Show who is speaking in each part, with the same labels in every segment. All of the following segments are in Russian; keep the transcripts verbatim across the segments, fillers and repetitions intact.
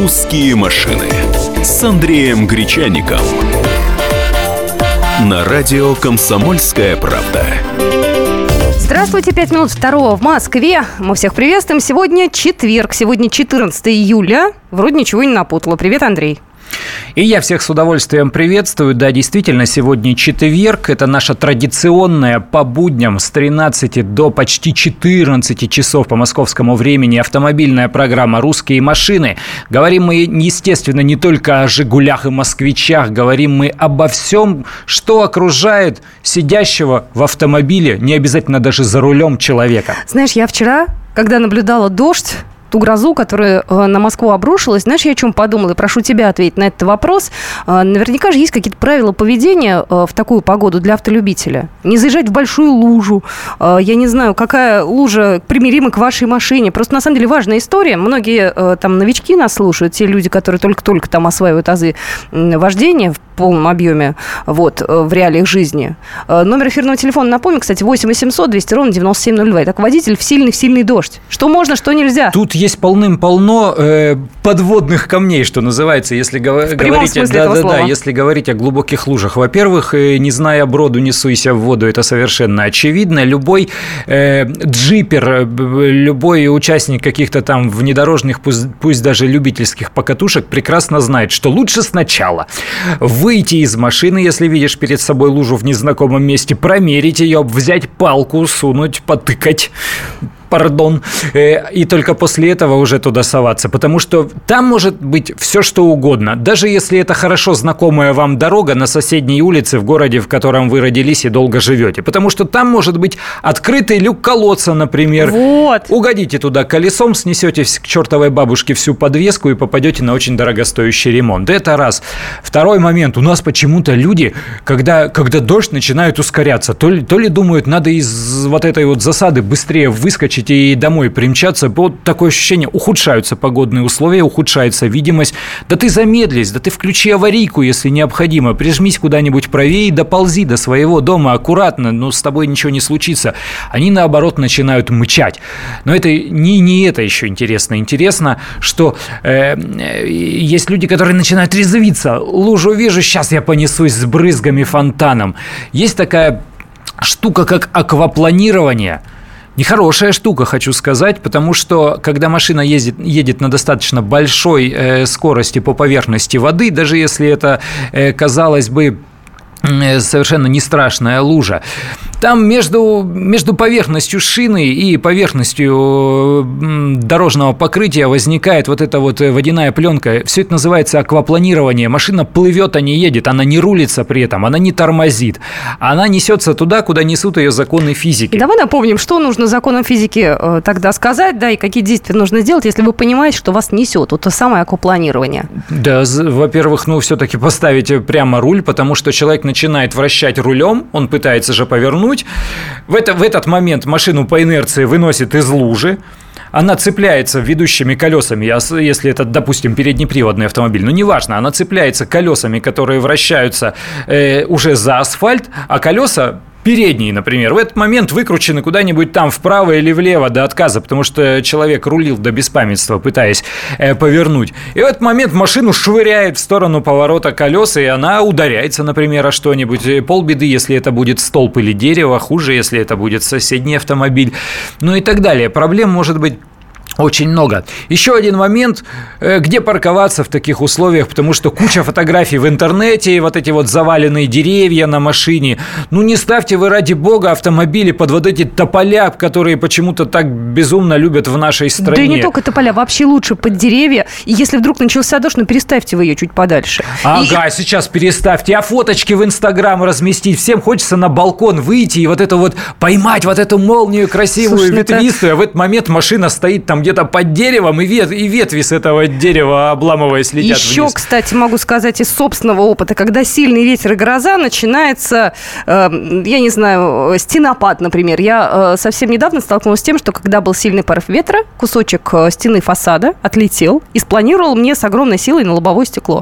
Speaker 1: «Русские машины» с Андреем Гречаником на радио «Комсомольская правда».
Speaker 2: Здравствуйте, пять минут второго в Москве. Мы всех приветствуем. Сегодня четверг, сегодня четырнадцатое июля. Вроде ничего не напутала. Привет, Андрей.
Speaker 3: И я всех с удовольствием приветствую. Да, действительно, сегодня четверг. Это наша традиционная по будням с тринадцати до почти четырнадцати часов по московскому времени автомобильная программа «Русские машины». Говорим мы, естественно, не только о «Жигулях» и «Москвичах». Говорим мы обо всем, что окружает сидящего в автомобиле, не обязательно даже за рулем, человека.
Speaker 2: Знаешь, я вчера, когда наблюдала дождь, ту грозу, которая на Москву обрушилась, знаешь, я о чем подумала, и прошу тебя ответить на этот вопрос. Наверняка же есть какие-то правила поведения в такую погоду для автолюбителя. Не заезжать в большую лужу. Я не знаю, какая лужа примирима к вашей машине. Просто, на самом деле, важная история. Многие там новички нас слушают, те люди, которые только-только там осваивают азы вождения в полном объеме, вот, в реалиях жизни. Номер эфирного телефона, напомню, кстати, восемь восемьсот двести ровно девяносто семь ноль два. Итак, водитель в сильный, в сильный дождь. Что можно, что нельзя?
Speaker 3: Тут есть полным-полно э, подводных камней, что называется, если гов... говорить, да, да, да, если говорить о глубоких лужах. Во-первых, э, не зная броду, не суйся в воду, это совершенно очевидно. Любой э, джипер, любой участник каких-то там внедорожных, пусть, пусть даже любительских покатушек, прекрасно знает, что лучше сначала выйти из машины, если видишь перед собой лужу в незнакомом месте, промерить ее, взять палку, сунуть, потыкать. Пардон, и только после этого уже туда соваться, потому что там может быть все, что угодно. Даже если это хорошо знакомая вам дорога на соседней улице в городе, в котором вы родились и долго живете, потому что там может быть открытый люк колодца, например.
Speaker 2: Вот.
Speaker 3: Угодите туда колесом, снесете к чертовой бабушке всю подвеску и попадете на очень дорогостоящий ремонт. Это раз. Второй момент. У нас почему-то люди, когда, когда дождь, начинают ускоряться. То ли, то ли думают, надо из вот этой вот засады быстрее выскочить и домой примчаться. Вот такое ощущение, ухудшаются погодные условия, ухудшается видимость. Да ты замедлись, да ты включи аварийку, если необходимо. Прижмись куда-нибудь правее и доползи до своего дома аккуратно, но с тобой ничего не случится. Они, наоборот, начинают мычать. Но это не, не это еще интересно. Интересно, что э, есть люди, которые начинают резвиться. Лужу вижу, сейчас я понесусь с брызгами, фонтаном. Есть такая штука, как аквапланирование. Нехорошая штука, хочу сказать, потому что, когда машина ездит, едет на достаточно большой э, скорости по поверхности воды, даже если это, э, казалось бы, э, совершенно не страшная лужа, там между, между поверхностью шины и поверхностью дорожного покрытия возникает вот эта вот водяная пленка. Все это называется аквапланирование. Машина плывет, а не едет, она не рулится при этом, она не тормозит. Она несется туда, куда несут ее законы физики.
Speaker 2: И давай напомним, что нужно законам физики э, тогда сказать, да, и какие действия нужно сделать, если вы понимаете, что вас несет. Вот то самое аквапланирование.
Speaker 3: Да, во-первых, ну, все-таки поставить прямо руль, потому что человек начинает вращать рулем, он пытается же повернуть. В, это, в этот момент машину по инерции выносит из лужи. Она цепляется ведущими колесами, если это, допустим, переднеприводный автомобиль, но неважно, она цепляется колесами, которые вращаются э, уже за асфальт, а колеса передние, например, в этот момент выкручены куда-нибудь там вправо или влево до отказа, потому что человек рулил до беспамятства, пытаясь э, повернуть. И в этот момент машину швыряет в сторону поворота колеса, и она ударяется, например, о что-нибудь. Полбеды, если это будет столб или дерево, хуже, если это будет соседний автомобиль, ну и так далее. Проблем может быть очень много. Еще один момент, где парковаться в таких условиях, потому что куча фотографий в интернете, вот эти вот заваленные деревья на машине. Ну, не ставьте вы, ради бога, автомобили под вот эти тополя, которые почему-то так безумно любят в нашей стране.
Speaker 2: Да и не только тополя, вообще лучше под деревья. И если вдруг начался дождь, ну, переставьте вы ее чуть подальше.
Speaker 3: Ага,
Speaker 2: и...
Speaker 3: сейчас переставьте, а фоточки в Инстаграм разместить. Всем хочется на балкон выйти и вот это вот поймать, вот эту молнию красивую, слушай, ветвистую, это... а в этот момент машина стоит там где-то под деревом, и, вет, и ветви с этого дерева, обламываясь, летят
Speaker 2: Еще,
Speaker 3: вниз.
Speaker 2: кстати, могу сказать из собственного опыта, когда сильный ветер и гроза, начинается, э, я не знаю, стенопад, например. Я э, совсем недавно столкнулась с тем, что когда был сильный порыв ветра, кусочек стены фасада отлетел и спланировал мне с огромной силой на лобовое стекло.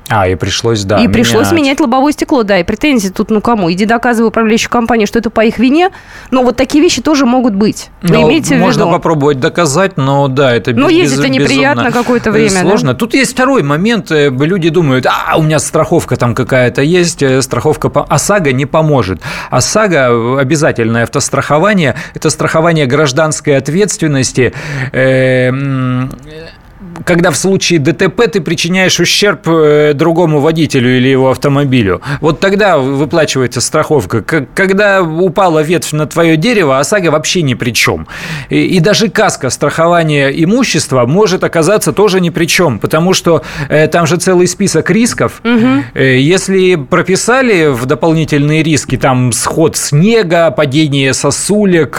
Speaker 3: А, и пришлось, да,
Speaker 2: И
Speaker 3: менять.
Speaker 2: пришлось менять лобовое стекло, да, и претензии тут, ну, кому? Иди доказывай управляющей компании, что это по их вине, но вот такие вещи тоже могут быть. Вы
Speaker 3: Ну,
Speaker 2: имеете в виду?
Speaker 3: можно попробовать доказать, но да, это
Speaker 2: Ну,
Speaker 3: без,
Speaker 2: ездить это неприятно
Speaker 3: безумно
Speaker 2: какое-то время,
Speaker 3: сложно.
Speaker 2: да?
Speaker 3: Тут есть второй момент. Люди думают, а, у меня страховка там какая-то есть, страховка, ОСАГО не поможет. ОСАГО, обязательное автострахование, это страхование гражданской ответственности, когда в случае ДТП ты причиняешь ущерб другому водителю или его автомобилю. Вот тогда выплачивается страховка. Когда упала ветвь на твое дерево, ОСАГО вообще ни при чем. И, и даже каска, страхование имущества, может оказаться тоже ни при чем, потому что э, там же целый список рисков. Угу. Э, если прописали в дополнительные риски там сход снега, падение сосулек,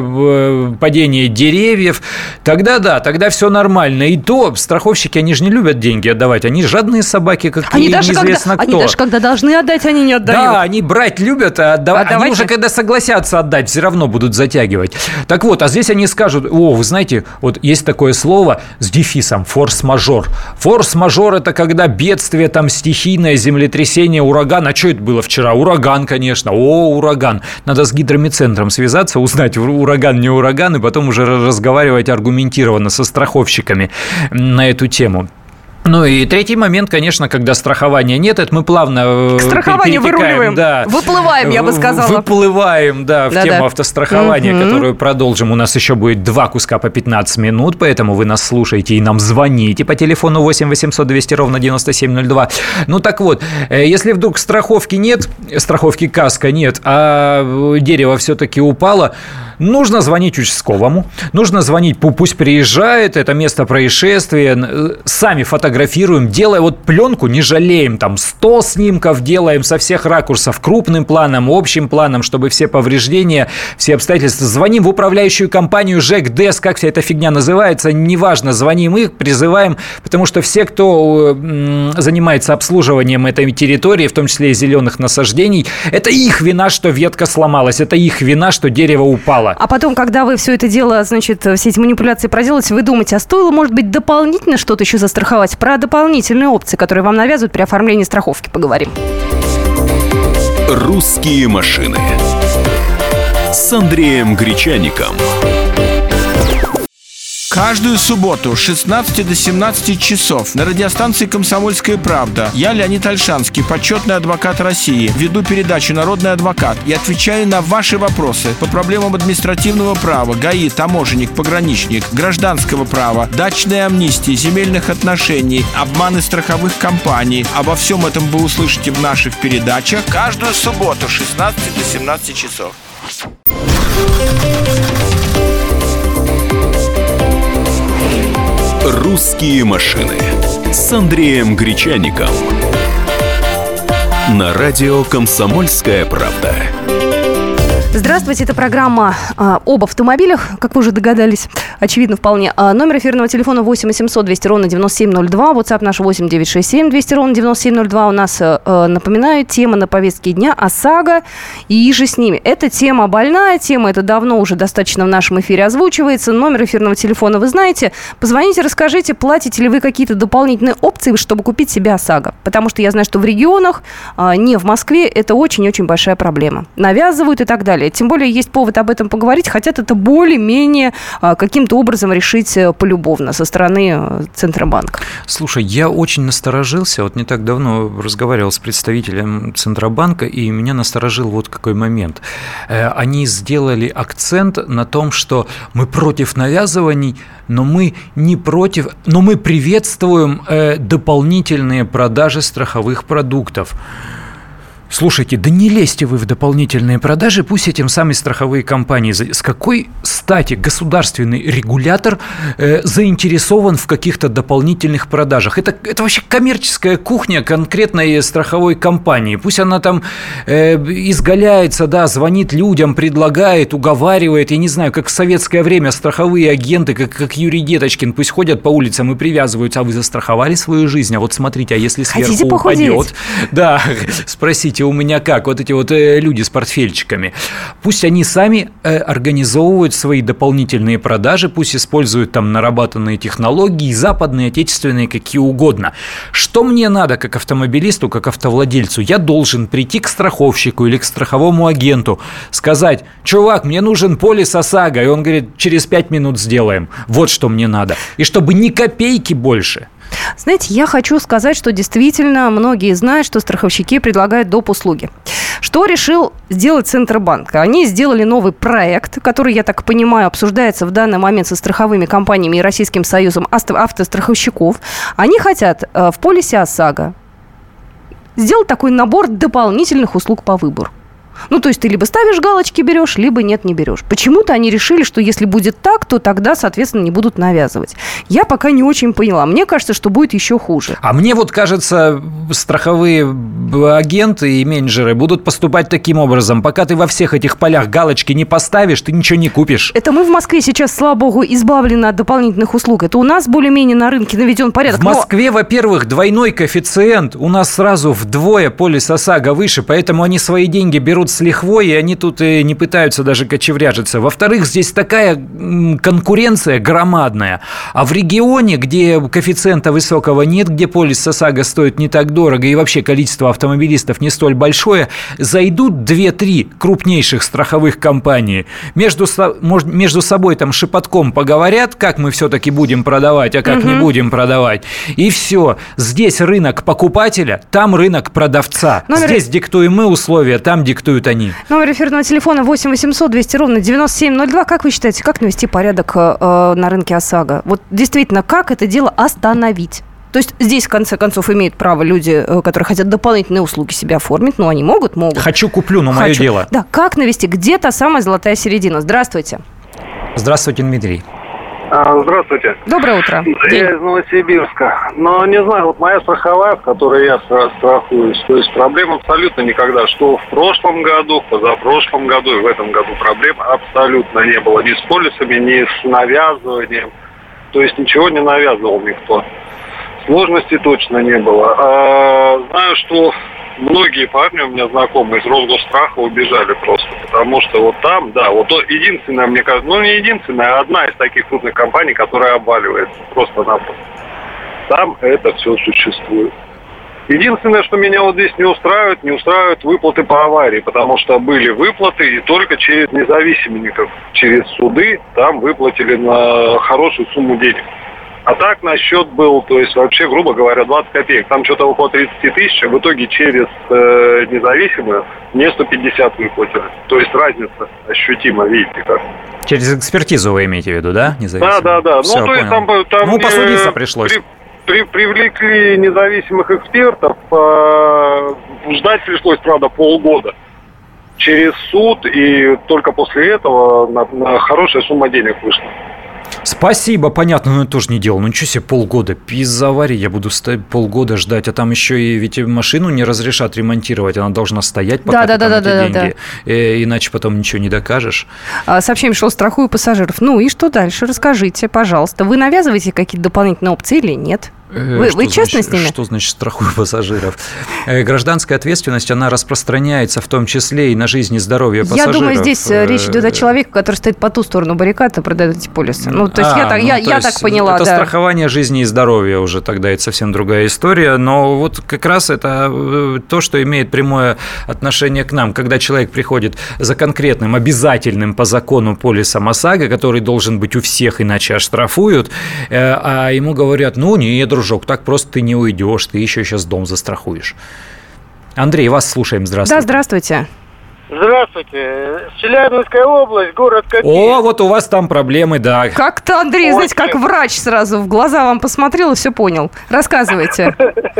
Speaker 3: э, падение деревьев, тогда да, тогда все нормально. И то страховщики, они же не любят деньги отдавать. Они жадные собаки, как
Speaker 2: они
Speaker 3: и
Speaker 2: даже
Speaker 3: неизвестно
Speaker 2: когда,
Speaker 3: кто.
Speaker 2: Они даже когда должны отдать, они не отдают.
Speaker 3: Да, они брать любят, а отдавать.
Speaker 2: Отдавать
Speaker 3: они уже когда согласятся отдать, все равно будут затягивать. Так вот, а здесь они скажут, о, вы знаете, вот есть такое слово с дефисом, форс-мажор. Форс-мажор – это когда бедствие, там, стихийное, землетрясение, ураган. А что это было вчера? Ураган, конечно. О, ураган. Надо с гидромедцентром связаться, узнать, ураган, не ураган, и потом уже разговаривать аргументированно со страховщиками на эту тему. Ну и третий момент, конечно, когда страхования нет, это мы плавно
Speaker 2: к страхованию выруливаем,
Speaker 3: да,
Speaker 2: выплываем, я бы сказала.
Speaker 3: Выплываем, да, в
Speaker 2: Да-да.
Speaker 3: тему автострахования,
Speaker 2: угу.
Speaker 3: которую продолжим. У нас еще будет два куска по пятнадцать минут, поэтому вы нас слушаете и нам звоните по телефону восемь восемьсот двести ровно девяносто семь ноль два. Ну так вот, если вдруг страховки нет, страховки каска нет, а дерево все-таки упало, нужно звонить участковому, нужно звонить, пусть приезжает, это место происшествия, сами фотографируем, делая вот пленку, не жалеем, там сто снимков делаем со всех ракурсов, крупным планом, общим планом, чтобы все повреждения, все обстоятельства. Звоним в управляющую компанию ЖЭК, ДЭС, как вся эта фигня называется, неважно, звоним их, призываем, потому что все, кто занимается обслуживанием этой территории, в том числе и зеленых насаждений, это их вина, что ветка сломалась, это их вина, что дерево упало.
Speaker 2: А потом, когда вы все это дело, значит, все эти манипуляции проделаете, вы думаете, а стоило, может быть, дополнительно что-то еще застраховать? Про дополнительные опции, которые вам навязывают при оформлении страховки, поговорим.
Speaker 1: «Русские машины» с Андреем Гречаником.
Speaker 4: Каждую субботу с шестнадцати до семнадцати часов на радиостанции «Комсомольская правда» я, Леонид Ольшанский, почетный адвокат России, веду передачу «Народный адвокат» и отвечаю на ваши вопросы по проблемам административного права, ГАИ, таможенник, пограничник, гражданского права, дачной амнистии, земельных отношений, обманы страховых компаний. Обо всем этом вы услышите в наших передачах каждую субботу с шестнадцати до семнадцати часов.
Speaker 1: «Русские машины» с Андреем Гречаником. На радио «Комсомольская правда».
Speaker 2: Здравствуйте, это программа а, об автомобилях, как вы уже догадались, очевидно вполне. А, номер эфирного телефона восемь восемьсот двести ровно девяносто семь ноль два, WhatsApp наш восемь девятьсот шестьдесят семь двести ровно девяносто семь ноль два. У нас, а, напоминаю, тема на повестке дня ОСАГО и же с ними. Эта тема больная, тема эта давно уже достаточно в нашем эфире озвучивается. Номер эфирного телефона вы знаете. Позвоните, расскажите, платите ли вы какие-то дополнительные опции, чтобы купить себе ОСАГО. Потому что я знаю, что в регионах, а, не в Москве, это очень-очень большая проблема. Навязывают и так далее. Тем более есть повод об этом поговорить. Хотят это более-менее а, каким-то образом решить полюбовно со стороны Центробанка.
Speaker 3: Слушай, я очень насторожился. Вот не так давно разговаривал с представителем Центробанка, и меня насторожил вот какой момент. Они сделали акцент на том, что мы против навязываний, но мы не против, но мы приветствуем дополнительные продажи страховых продуктов. Слушайте, да не лезьте вы в дополнительные продажи, пусть этим сами страховые компании. С какой стати государственный регулятор э, заинтересован в каких-то дополнительных продажах? Это, это вообще коммерческая кухня конкретной страховой компании. Пусть она там э, изгаляется, да, звонит людям, предлагает, уговаривает. Я не знаю, как в советское время страховые агенты, как, как Юрий Деточкин, пусть ходят по улицам и привязываются. А вы застраховали свою жизнь? А вот смотрите, а если сверху
Speaker 2: Хотите похудеть?
Speaker 3: упадет? Да, спросите знаете, у меня как, вот эти вот э, люди с портфельчиками. Пусть они сами э, организовывают свои дополнительные продажи, пусть используют там нарабатанные технологии, западные, отечественные, какие угодно. Что мне надо как автомобилисту, как автовладельцу? Я должен прийти к страховщику или к страховому агенту, сказать: чувак, мне нужен полис ОСАГО. И он говорит: через пять минут сделаем. Вот что мне надо. И чтобы ни копейки больше.
Speaker 2: Знаете, я хочу сказать, что действительно многие знают, что страховщики предлагают доп. Услуги. Что решил сделать Центробанк? Они сделали новый проект, который, я так понимаю, обсуждается в данный момент со страховыми компаниями и Российским союзом автостраховщиков. Они хотят в полисе ОСАГО сделать такой набор дополнительных услуг по выбору. Ну, то есть ты либо ставишь галочки, берешь, либо нет, не берешь. Почему-то они решили, что если будет так, то тогда, соответственно, не будут навязывать. Я пока не очень поняла. Мне кажется, что будет еще хуже.
Speaker 3: А мне вот кажется, страховые агенты и менеджеры будут поступать таким образом. Пока ты во всех этих полях галочки не поставишь, ты ничего не купишь.
Speaker 2: Это мы в Москве сейчас, слава богу, избавлены от дополнительных услуг. Это у нас более-менее на рынке наведен порядок.
Speaker 3: В Москве, но... во-первых, двойной коэффициент. У нас сразу вдвое полис ОСАГО выше, поэтому они свои деньги берут с лихвой, и они тут и не пытаются даже кочевряжиться. Во-вторых, здесь такая конкуренция громадная. А в регионе, где коэффициента высокого нет, где полис ОСАГО стоит не так дорого, и вообще количество автомобилистов не столь большое, зайдут две-три крупнейших страховых компании. Между, между собой там шепотком поговорят, как мы все-таки будем продавать, а как угу. не будем продавать. И все. Здесь рынок покупателя, там рынок продавца. Номер... Здесь диктуем мы условия, там диктуют они.
Speaker 2: Номер эфирного телефона восемь восемьсот двести ровно девяносто семь ноль два. Как вы считаете, как навести порядок э, на рынке ОСАГО? Вот действительно, как это дело остановить? То есть здесь, в конце концов, имеют право люди, которые хотят дополнительные услуги себе оформить. Ну, они могут, могут.
Speaker 3: Хочу, куплю, но
Speaker 2: Хочу.
Speaker 3: Мое дело.
Speaker 2: Да, как навести? Где та самая золотая середина? Здравствуйте.
Speaker 3: Здравствуйте, Дмитрий.
Speaker 5: Здравствуйте.
Speaker 2: Доброе утро.
Speaker 5: Я из Новосибирска. Но не знаю, вот моя страховая, в которой я страхуюсь, то есть проблем абсолютно никогда. Что в прошлом году, позапрошлом году и в этом году проблем абсолютно не было. Ни с полисами, ни с навязыванием. То есть ничего не навязывал никто. Сложностей точно не было. А, знаю, что многие парни у меня знакомые из Росгосстраха убежали просто, потому что вот там, да, вот единственная, мне кажется, ну не единственная, а одна из таких крупных компаний, которая обваливается просто-напросто. Там это все существует. Единственное, что меня вот здесь не устраивает, не устраивают выплаты по аварии, потому что были выплаты и только через независимых, через суды там выплатили на хорошую сумму денег. А так на счет был, то есть вообще, грубо говоря, двадцать копеек. Там что-то около тридцать тысяч, а в итоге через э, независимую мне сто пятьдесят выплатили. То есть разница ощутима, видите как.
Speaker 3: Через экспертизу вы имеете в виду, да?
Speaker 5: Да, да, да.
Speaker 3: Все,
Speaker 5: ну, то есть там, там
Speaker 3: ну, посудиться пришлось.
Speaker 5: При, при, привлекли независимых экспертов, э, ждать пришлось, правда, полгода. Через суд, и только после этого на, на хорошая сумма денег вышла.
Speaker 3: Спасибо, понятно, но я тоже не делал. Ну, ничего себе, полгода. Из-за аварии я буду стоять полгода ждать, а там еще и ведь машину не разрешат ремонтировать, она должна стоять, пока
Speaker 2: да,
Speaker 3: ты
Speaker 2: да,
Speaker 3: там
Speaker 2: да,
Speaker 3: эти
Speaker 2: да,
Speaker 3: деньги,
Speaker 2: да.
Speaker 3: Э, иначе потом ничего не докажешь.
Speaker 2: Сообщение пришло: страхую пассажиров. Ну и что дальше? Расскажите, пожалуйста. Вы навязываете какие-то дополнительные опции или нет? Вы, вы честны
Speaker 3: значит,
Speaker 2: с ними?
Speaker 3: Что значит страхую пассажиров? Гражданская ответственность, она распространяется в том числе и на жизнь и здоровье пассажиров.
Speaker 2: Я думаю, здесь речь идет о человеке, который стоит по ту сторону баррикад и продает эти полисы. Ну, то есть а, я, так, ну, я, я так поняла,
Speaker 3: это
Speaker 2: да.
Speaker 3: страхование жизни и здоровья уже тогда, это совсем другая история. Но вот как раз это то, что имеет прямое отношение к нам. Когда человек приходит за конкретным, обязательным по закону полисом ОСАГО, который должен быть у всех, иначе оштрафуют, а ему говорят: ну, нет, дружок, так просто ты не уйдешь, ты еще сейчас дом застрахуешь. Андрей, вас слушаем, здравствуйте.
Speaker 2: Да, здравствуйте.
Speaker 6: Здравствуйте. Челябинская область, город Копейск.
Speaker 3: О, вот у вас там проблемы, да.
Speaker 2: Как-то, Андрей, Очень. знаете, как врач сразу в глаза вам посмотрел и все понял. Рассказывайте.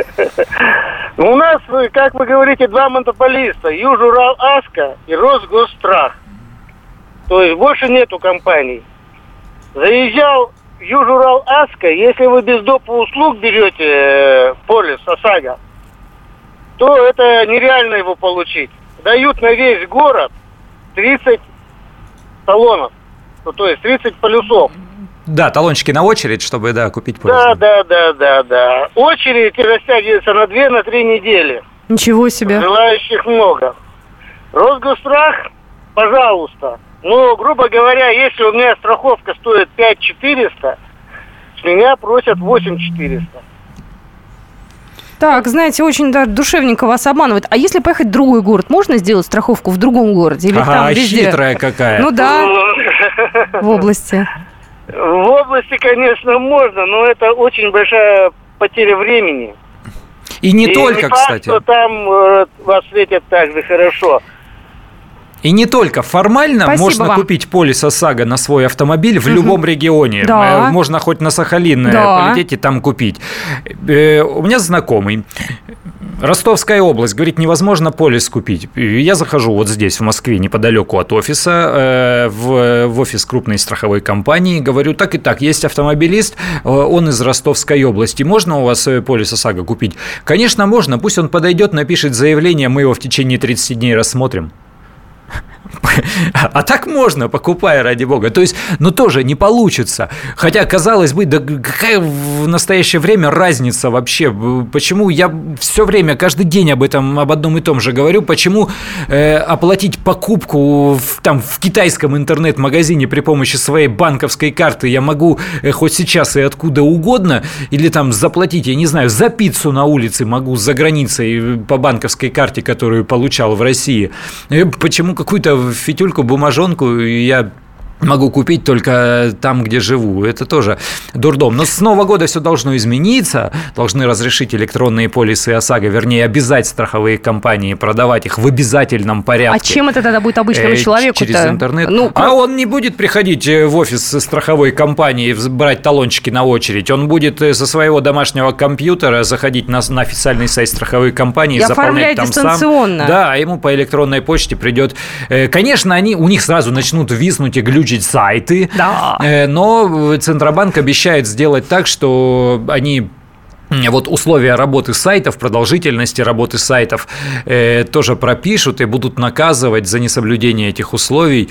Speaker 6: У нас, как вы говорите, два монополиста. Южурал-Аска и Росгосстрах. То есть больше нету компаний. Заезжал Южурал-Аска, если вы без доп. Услуг берете э, полис ОСАГО, то это нереально его получить. Дают на весь город тридцать талонов, ну, то есть тридцать полюсов.
Speaker 3: Да, талончики на очередь, чтобы, да, купить полис.
Speaker 6: Да, да, да, да, да. Очередь растягивается на две-три недели.
Speaker 2: Ничего себе.
Speaker 6: Желающих много. Росгострах, пожалуйста. Ну, грубо говоря, если у меня страховка стоит пять четыреста, с меня просят восемь четыреста.
Speaker 2: Так, знаете, очень даже душевненько вас обманывают. А если поехать в другой город, можно сделать страховку в другом городе? Или
Speaker 3: ага,
Speaker 2: там везде?
Speaker 3: Хитрая какая.
Speaker 2: Ну да, в области.
Speaker 6: В области, конечно, можно, но это очень большая потеря времени.
Speaker 3: И не
Speaker 6: И
Speaker 3: только,
Speaker 6: не факт,
Speaker 3: кстати.
Speaker 6: что там э, вас светят так же хорошо.
Speaker 3: И не только. Формально
Speaker 2: Спасибо
Speaker 3: можно
Speaker 2: вам.
Speaker 3: купить полис ОСАГО на свой автомобиль в любом регионе.
Speaker 2: Да.
Speaker 3: Э, Можно хоть на Сахалин э,
Speaker 2: Да.
Speaker 3: полететь и там купить. Э, У меня знакомый. Ростовская область. Говорит, невозможно полис купить. И я захожу вот здесь, в Москве, неподалеку от офиса, э, в, в офис крупной страховой компании. Говорю, так и так, есть автомобилист, э, он из Ростовской области. Можно у вас э, полис ОСАГО купить? Конечно, можно. Пусть он подойдет, напишет заявление, мы его в течение тридцати дней рассмотрим. А так можно, покупая, ради бога. То есть, ну, тоже не получится. Хотя, казалось бы, да какая в настоящее время разница вообще? Почему я все время, каждый день об этом, об одном и том же говорю? Почему э, оплатить покупку в, там, в китайском интернет-магазине при помощи своей банковской карты я могу э, хоть сейчас и откуда угодно? Или там заплатить, я не знаю, за пиццу на улице могу за границей по банковской карте, которую получал в России? Э, почему какую-то фитюльку, бумажонку я могу купить только там, где живу? Это тоже дурдом. Но с Нового года все должно измениться. Должны разрешить электронные полисы ОСАГО, вернее, обязать страховые компании продавать их в обязательном порядке.
Speaker 2: А чем это тогда будет обычному
Speaker 3: Э,
Speaker 2: человеку-то?
Speaker 3: Через интернет.
Speaker 2: Ну,
Speaker 3: а он не будет приходить в офис страховой компании, брать талончики на очередь. Он будет со своего домашнего компьютера заходить на, на официальный сайт страховой компании,
Speaker 2: и
Speaker 3: заполнять там
Speaker 2: дистанционно.
Speaker 3: сам. Да, а ему по электронной почте придет. Конечно, они, у них сразу начнут виснуть и глючить сайты.
Speaker 2: Да.
Speaker 3: Но Центробанк обещает сделать так, что они... Вот условия работы сайтов, продолжительности работы сайтов э, тоже пропишут и будут наказывать за несоблюдение этих условий.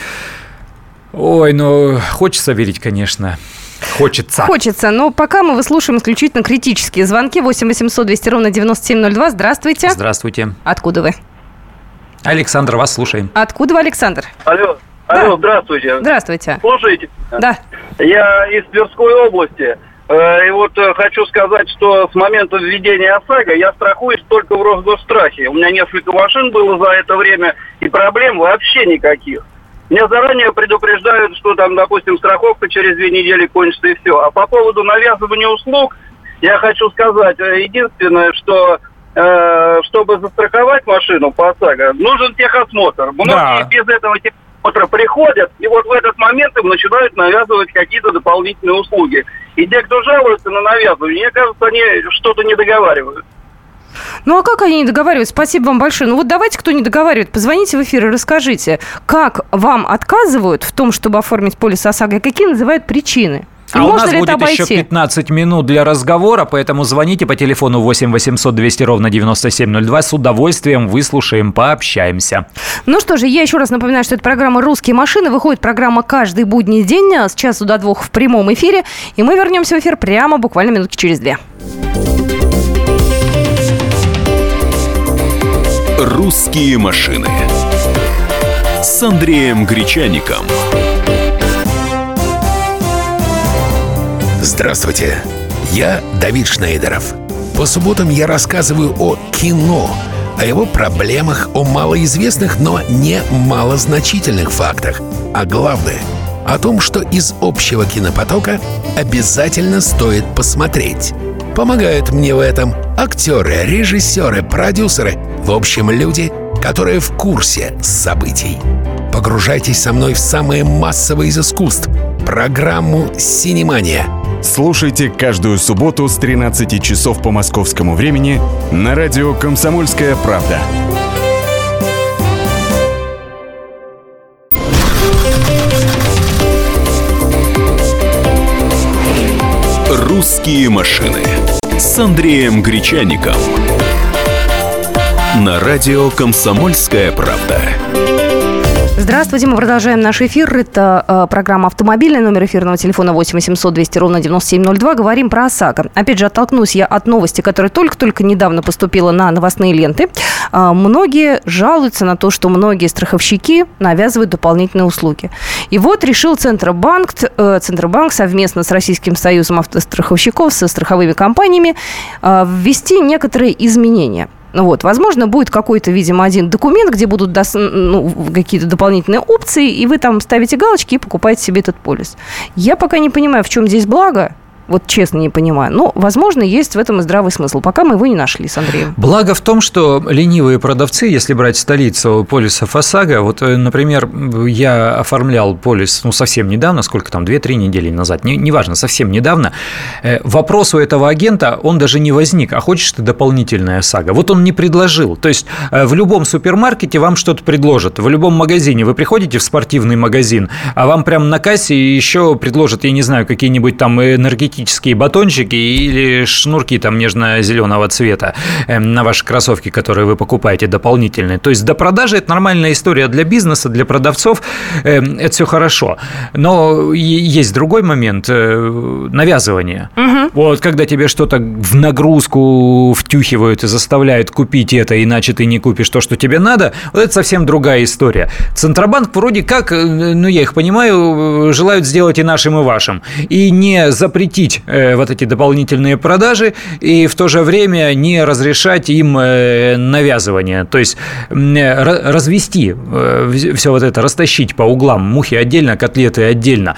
Speaker 3: Ой, ну, хочется верить, конечно. Хочется.
Speaker 2: Хочется, но пока мы выслушаем исключительно критические звонки. восемь восемьсот двести ровно девяносто семь ноль два. Здравствуйте.
Speaker 3: Здравствуйте.
Speaker 2: Откуда вы?
Speaker 3: Александр, вас слушаем.
Speaker 2: Откуда вы, Александр?
Speaker 5: Алло,
Speaker 2: Да.
Speaker 5: алло, здравствуйте.
Speaker 2: Здравствуйте.
Speaker 5: Слушайте,
Speaker 2: Да.
Speaker 5: я из Тверской области. Э, И вот э, хочу сказать, что с момента введения ОСАГО я страхуюсь только в Росгосстрахе. У меня несколько машин было за это время, и проблем вообще никаких. Меня заранее предупреждают, что там, допустим, страховка через две недели кончится и все. А по поводу навязывания услуг, я хочу сказать, э, единственное, что э, чтобы застраховать машину по ОСАГО, нужен техосмотр. Многие
Speaker 3: Да.
Speaker 5: без этого техосмотра приходят, и вот в этот момент им начинают навязывать какие-то дополнительные услуги. И те, кто жалуется на навязывание, мне кажется, они что-то не договаривают.
Speaker 2: Ну, а как они не договариваются? Спасибо вам большое. Ну, вот давайте, кто не договаривает, позвоните в эфир и расскажите, как вам отказывают в том, чтобы оформить полис ОСАГО, и какие называют причины? И
Speaker 3: А у
Speaker 2: можно
Speaker 3: нас
Speaker 2: ли это
Speaker 3: будет еще
Speaker 2: обойти?
Speaker 3: пятнадцать минут для разговора, поэтому звоните по телефону восемь восемьсот двести ровно девяносто семь ноль два. С удовольствием выслушаем, пообщаемся.
Speaker 2: Ну что же, я еще раз напоминаю, что это программа «Русские машины». Выходит программа каждый будний день с часу до двух в прямом эфире. И мы вернемся в эфир прямо буквально минутки через две.
Speaker 1: «Русские машины» с Андреем Гречаником.
Speaker 7: Здравствуйте, я Давид Шнейдеров. По субботам я рассказываю о кино, о его проблемах, о малоизвестных, но не малозначительных фактах. А главное, о том, что из общего кинопотока обязательно стоит посмотреть. Помогают мне в этом актеры, режиссеры, продюсеры, в общем, люди, которые в курсе событий. Погружайтесь со мной в самое массовое из искусств – программу «Синемания».
Speaker 8: Слушайте каждую субботу с тринадцати часов по московскому времени на радио «Комсомольская правда».
Speaker 1: «Русские машины» с Андреем Гречаником. На радио «Комсомольская правда».
Speaker 2: Здравствуйте, мы продолжаем наш эфир. Это э, программа «Автомобильный», номер эфирного телефона восемь восемьсот двести ровно девяносто семь ноль два. Говорим про ОСАГО. Опять же, оттолкнусь я от новости, которая только-только недавно поступила на новостные ленты. Э, многие жалуются на то, что многие страховщики навязывают дополнительные услуги. И вот решил Центробанк, э, Центробанк совместно с Российским союзом автостраховщиков, со страховыми компаниями э, ввести некоторые изменения. Ну вот, возможно, будет какой-то, видимо, один документ, где будут дос... ну, какие-то дополнительные опции, и вы там ставите галочки и покупаете себе этот полис. Я пока не понимаю, в чем здесь благо. Вот честно не понимаю. Но, возможно, есть в этом и здравый смысл. Пока мы его не нашли с Андреем.
Speaker 3: Благо в том, что ленивые продавцы, если брать столицу полисов ОСАГО, вот, например, я оформлял полис, ну, совсем недавно, сколько там, две-три недели назад, не, неважно, совсем недавно, вопрос у этого агента, он даже не возник, а хочешь ты дополнительное ОСАГО? Вот он не предложил. То есть в любом супермаркете вам что-то предложат, в любом магазине. Вы приходите в спортивный магазин, а вам прямо на кассе еще предложат, я не знаю, какие-нибудь там энергетические батончики или шнурки там нежно-зеленого цвета на ваши кроссовки, которые вы покупаете дополнительные. То есть до продажи это нормальная история для бизнеса, для продавцов, это все хорошо. Но есть другой момент – навязывание. Угу. Вот когда тебе что-то в нагрузку втюхивают и заставляют купить это, иначе ты не купишь то, что тебе надо, вот это совсем другая история. Центробанк вроде как, ну я их понимаю, желают сделать и нашим, и вашим. И не запретить вот эти дополнительные продажи и в то же время не разрешать им навязывание. То есть развести все вот это, растащить по углам. Мухи отдельно, котлеты отдельно.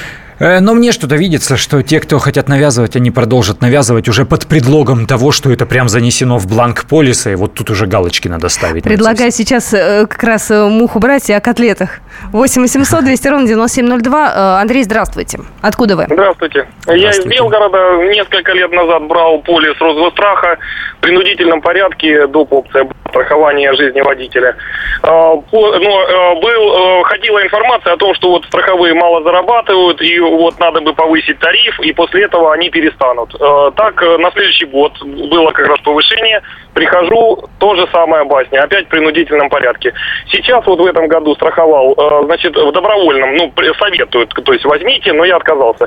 Speaker 3: Но мне что-то видится, что те, кто хотят навязывать, они продолжат навязывать уже под предлогом того, что это прям занесено в бланк полиса, и вот тут уже галочки надо ставить.
Speaker 2: Предлагаю сейчас как раз муху брать и о котлетах. восемь восемьсот двести ровно девяносто семь ноль два. Андрей, здравствуйте. Откуда вы?
Speaker 9: Здравствуйте. Я из Белгорода несколько лет назад брал полис Росгостраха в принудительном порядке, доп. Опция страхования жизни водителя. Но был, ходила информация о том, что вот страховые мало зарабатывают, и вот надо бы повысить тариф, и после этого они перестанут. Так, на следующий год было как раз повышение. Прихожу, то же самое басня, опять в принудительном порядке. Сейчас вот в этом году страховал, значит, в добровольном, ну, советуют, то есть возьмите, но я отказался.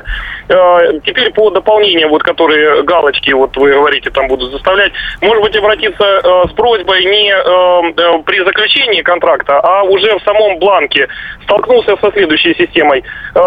Speaker 9: Теперь по дополнениям, вот, которые галочки, вот вы говорите, там будут заставлять, может быть, обратиться с просьбой не при заключении контракта, а уже в самом бланке. Столкнулся со следующей системой.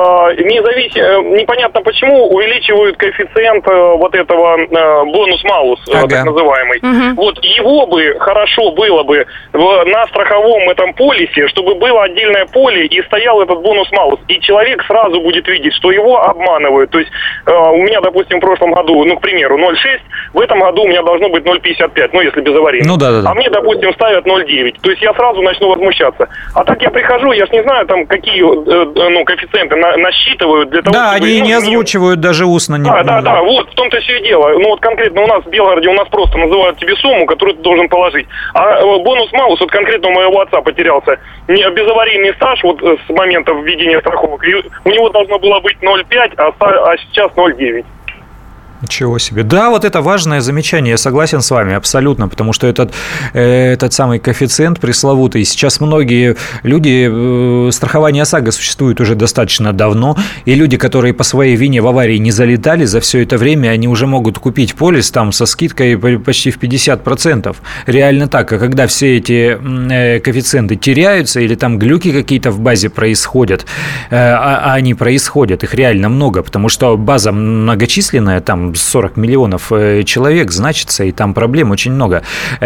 Speaker 9: Независимо, непонятно почему увеличивают коэффициент вот этого бонус-малус, ага. так называемый. Угу. Вот его бы хорошо было бы в, на страховом этом полисе, чтобы было отдельное поле и стоял этот бонус-малус. И человек сразу будет видеть, что его обманывают. То есть э, у меня, допустим, в прошлом году, ну, к примеру, ноль целых шесть, в этом году у меня должно быть ноль целых пятьдесят пять, ну, если без аварии. Ну, да, да, да. А мне, допустим, ставят ноль целых девять. То есть я сразу начну возмущаться. А так я прихожу, я ж не знаю, там, какие э, ну, коэффициенты на, насчитывают для того,
Speaker 3: да, чтобы... Да, они ну, не озвучивают не... даже устно. Не...
Speaker 9: Да, да, да, вот, в том-то все и дело. Ну, вот конкретно у нас в Белгороде у нас просто называют тебе сумму, которую ты должен положить. А бонус-малус, вот конкретно у моего отца потерялся. Безаварийный стаж вот с момента введения страховок. И у него должно было быть ноль целых пять, а, а сейчас ноль целых девять.
Speaker 3: Ничего себе. Да, вот это важное замечание, я согласен с вами абсолютно, потому что этот, э, этот самый коэффициент пресловутый, сейчас многие люди, э, страхование ОСАГО существует уже достаточно давно, и люди, которые по своей вине в аварии не залетали, за все это время они уже могут купить полис там со скидкой почти в пятьдесят процентов. Реально так, а когда все эти э, коэффициенты теряются или там глюки какие-то в базе происходят, э, а, а они происходят, их реально много, потому что база многочисленная, там сорок миллионов человек значится, и там проблем очень много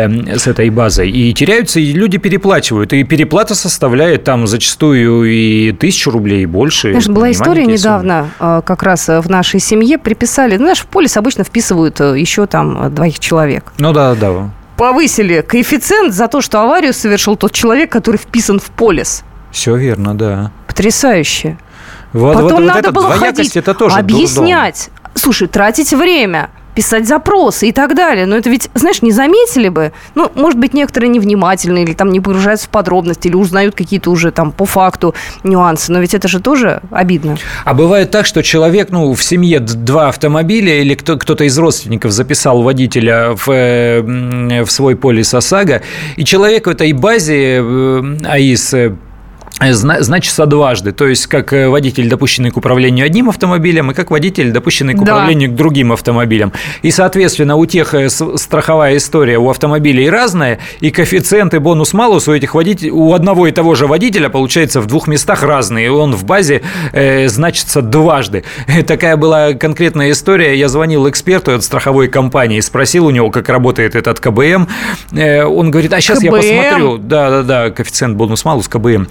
Speaker 3: с этой базой. И теряются, и люди переплачивают. И переплата составляет там зачастую и тысячу рублей, и больше.
Speaker 2: Знаешь, была история недавно, как раз в нашей семье приписали, знаешь, в полис обычно вписывают еще там двоих человек.
Speaker 3: Ну да, да.
Speaker 2: Повысили коэффициент за то, что аварию совершил тот человек, который вписан в полис.
Speaker 3: Все верно, да.
Speaker 2: Потрясающе.
Speaker 3: Вот,
Speaker 2: Потом
Speaker 3: вот, вот
Speaker 2: надо было ходить,
Speaker 3: это тоже
Speaker 2: объяснять. Дурдом. Слушай, тратить время, писать запросы и так далее. Но это ведь, знаешь, не заметили бы. Ну, может быть, некоторые невнимательны или там не погружаются в подробности, или узнают какие-то уже там по факту нюансы. Но ведь это же тоже обидно.
Speaker 3: А бывает так, что человек, ну, в семье два автомобиля или кто- кто-то из родственников записал водителя в, в свой полис ОСАГО, и человек в этой базе АИС значится дважды. То есть, как водитель, допущенный к управлению одним автомобилем, и как водитель, допущенный к да. управлению к другим автомобилям. И, соответственно, у тех страховая история у автомобилей разная, и коэффициент и бонус-малус у этих водителей, у одного и того же водителя, получается, в двух местах разные. И он в базе э, значится дважды. Такая была конкретная история. Я звонил эксперту от страховой компании, спросил у него, как работает этот КБМ. Э, он говорит, а сейчас КБМ? Я посмотрю. Да-да-да, коэффициент бонус-малус, КБМ.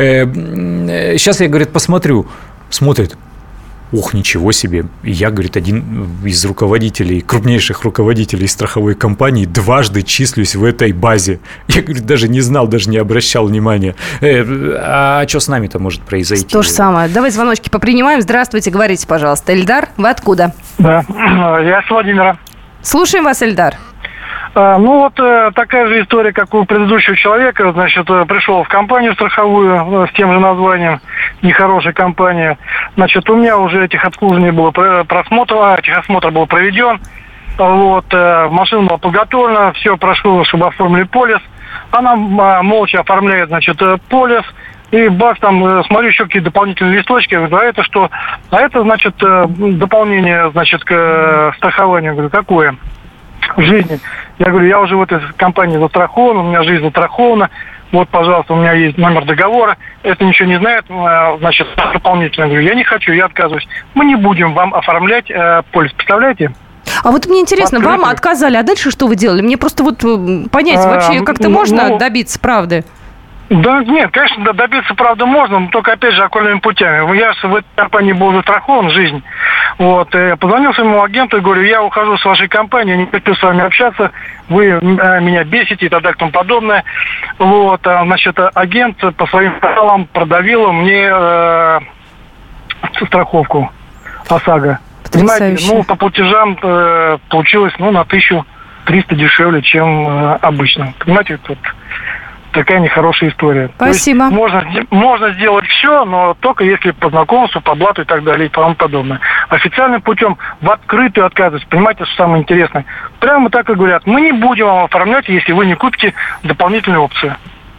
Speaker 3: Сейчас я, говорит, посмотрю. Смотрит. Ох, ничего себе. Я, говорит, один из руководителей, крупнейших руководителей страховой компании, дважды числюсь в этой базе. Я, говорит, даже не знал, даже не обращал внимания. А что с нами-то может произойти?
Speaker 2: То же самое. Давай звоночки попринимаем. Здравствуйте, говорите, пожалуйста. Эльдар, вы откуда?
Speaker 10: Да, я с Владимира.
Speaker 2: Слушаем вас, Эльдар.
Speaker 10: Ну, вот э, такая же история, как у предыдущего человека. Значит, э, пришел в компанию страховую э, с тем же названием, нехорошая компания. Значит, у меня уже этих обслуживаний было просмотр, этих осмотр был проведен. Вот, э, машина была подготовлена, все прошло, чтобы оформили полис. Она э, молча оформляет, значит, э, полис. И бах, там, э, смотрю, еще какие-то дополнительные листочки. Я говорю, а это что? А это, значит, э, дополнение, значит, к э, страхованию. Я говорю, какое? В жизни. Я говорю, я уже в этой компании застрахован, у меня жизнь застрахована. Вот, пожалуйста, у меня есть номер договора. Это ничего не знает, значит, дополнительно. Я говорю, я не хочу, я отказываюсь. Мы не будем вам оформлять э, полис, представляете?
Speaker 2: А вот мне интересно, Открытие. Вам отказали, а дальше что вы делали? Мне просто вот понять, вообще как-то ну, можно ну, добиться правды?
Speaker 10: Да нет, конечно, добиться правды можно, но только, опять же, окольными путями. Я в этой компании был застрахован жизнь. Вот, я позвонил своему агенту и говорю, я ухожу с вашей компании, не хочу с вами общаться, вы меня бесите и так далее и тому подобное. Вот, значит, агент по своим каналам продавил мне э, страховку ОСАГО. Понимаете, ну, по платежам э, получилось, ну, на тысячу триста дешевле, чем э, обычно. Понимаете, вот такая нехорошая история.
Speaker 2: Спасибо.
Speaker 10: Можно, можно сделать все, но только если по знакомству, по блату и так далее и тому подобное. Официальным путем в открытую отказывать. Понимаете, что самое интересное? Прямо так и говорят, мы не будем вам оформлять, если вы не купите дополнительные опции.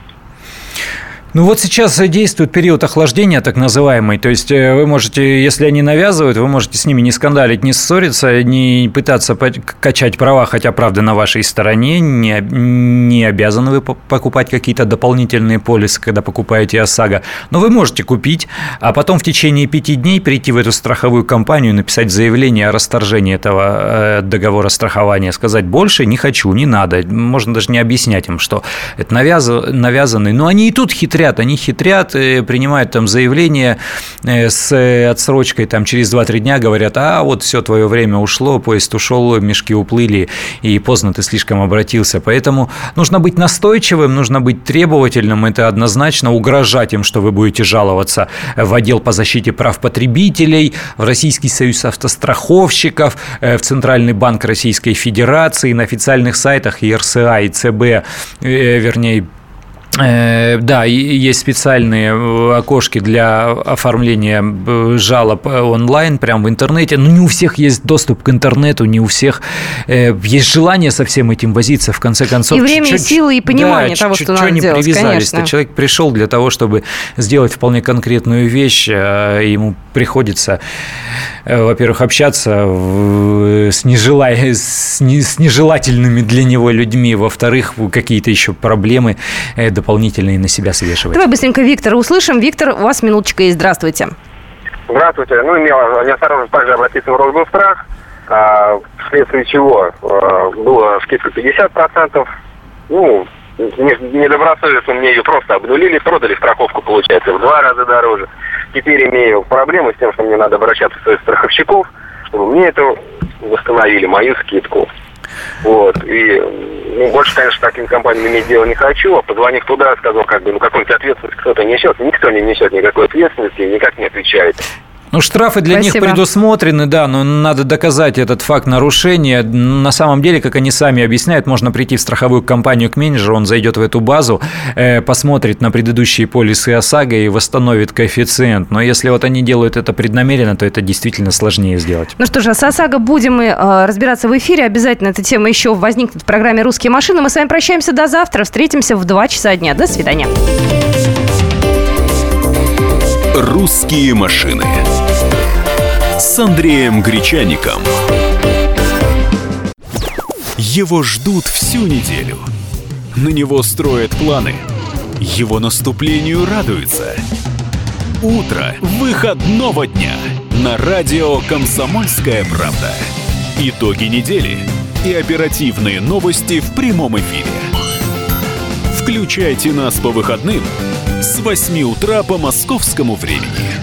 Speaker 3: Ну вот сейчас действует период охлаждения, так называемый. То есть вы можете, если они навязывают, вы можете с ними не скандалить, не ссориться, не пытаться качать права, хотя правда на вашей стороне. Не, не обязаны вы покупать какие-то дополнительные полисы, когда покупаете ОСАГО. Но вы можете купить, а потом в течение пяти дней прийти в эту страховую компанию, написать заявление о расторжении этого договора страхования, сказать больше не хочу, не надо. Можно даже не объяснять им, что это навязанный. Но они и тут хитрят. Они хитрят, принимают там заявление с отсрочкой там, через два-три дня, говорят, а вот все, твое время ушло, поезд ушел, мешки уплыли, и поздно ты слишком обратился. Поэтому нужно быть настойчивым, нужно быть требовательным, это однозначно, угрожать им, что вы будете жаловаться в отдел по защите прав потребителей, в Российский союз автостраховщиков, в Центральный банк Российской Федерации, на официальных сайтах и эр эс а, и цэ бэ, вернее, да, есть специальные окошки для оформления жалоб онлайн, прямо в интернете. Но не у всех есть доступ к интернету, не у всех есть желание со всем этим возиться, в конце концов.
Speaker 2: И время, и силы, и понимание да, того, что надо делать,
Speaker 3: привязались-то. Человек пришел для того, чтобы сделать вполне конкретную вещь, ему приходится, во-первых, общаться с, нежела... с нежелательными для него людьми, во-вторых, какие-то еще проблемы дополнительные на себя свешивать.
Speaker 2: Давай быстренько Виктора услышим. Виктор, у вас минуточка есть. Здравствуйте.
Speaker 11: Здравствуйте. Ну, имела неосторожность также обратиться в Росгострах, а, вследствие чего а, была скидка пятьдесят процентов. Ну, недобросовестно мне ее просто обнулили, продали страховку, получается, в два раза дороже. Теперь имею проблемы с тем, что мне надо обращаться в своих страховщиков, чтобы мне это восстановили, мою скидку. Вот, и ну, больше, конечно, с такими компаниями иметь дело не хочу, а позвонив туда, сказал, как бы, ну, какую-нибудь ответственность кто-то несет, никто не несет никакой ответственности и никак не отвечает.
Speaker 3: Ну, штрафы для Спасибо. них предусмотрены, да, но надо доказать этот факт нарушения. На самом деле, как они сами объясняют, можно прийти в страховую компанию к менеджеру, он зайдет в эту базу, э, посмотрит на предыдущие полисы ОСАГО и восстановит коэффициент. Но если вот они делают это преднамеренно, то это действительно сложнее сделать.
Speaker 2: Ну что же, с ОСАГО будем мы э, разбираться в эфире. Обязательно эта тема еще возникнет в программе «Русские машины». Мы с вами прощаемся до завтра. Встретимся в два часа дня. До свидания.
Speaker 1: «Русские машины» с Андреем Гречаником. Его ждут всю неделю. На него строят планы. Его наступлению радуются. Утро выходного дня на радио «Комсомольская правда». Итоги недели и оперативные новости в прямом эфире. Включайте нас по выходным с восьми утра по московскому времени.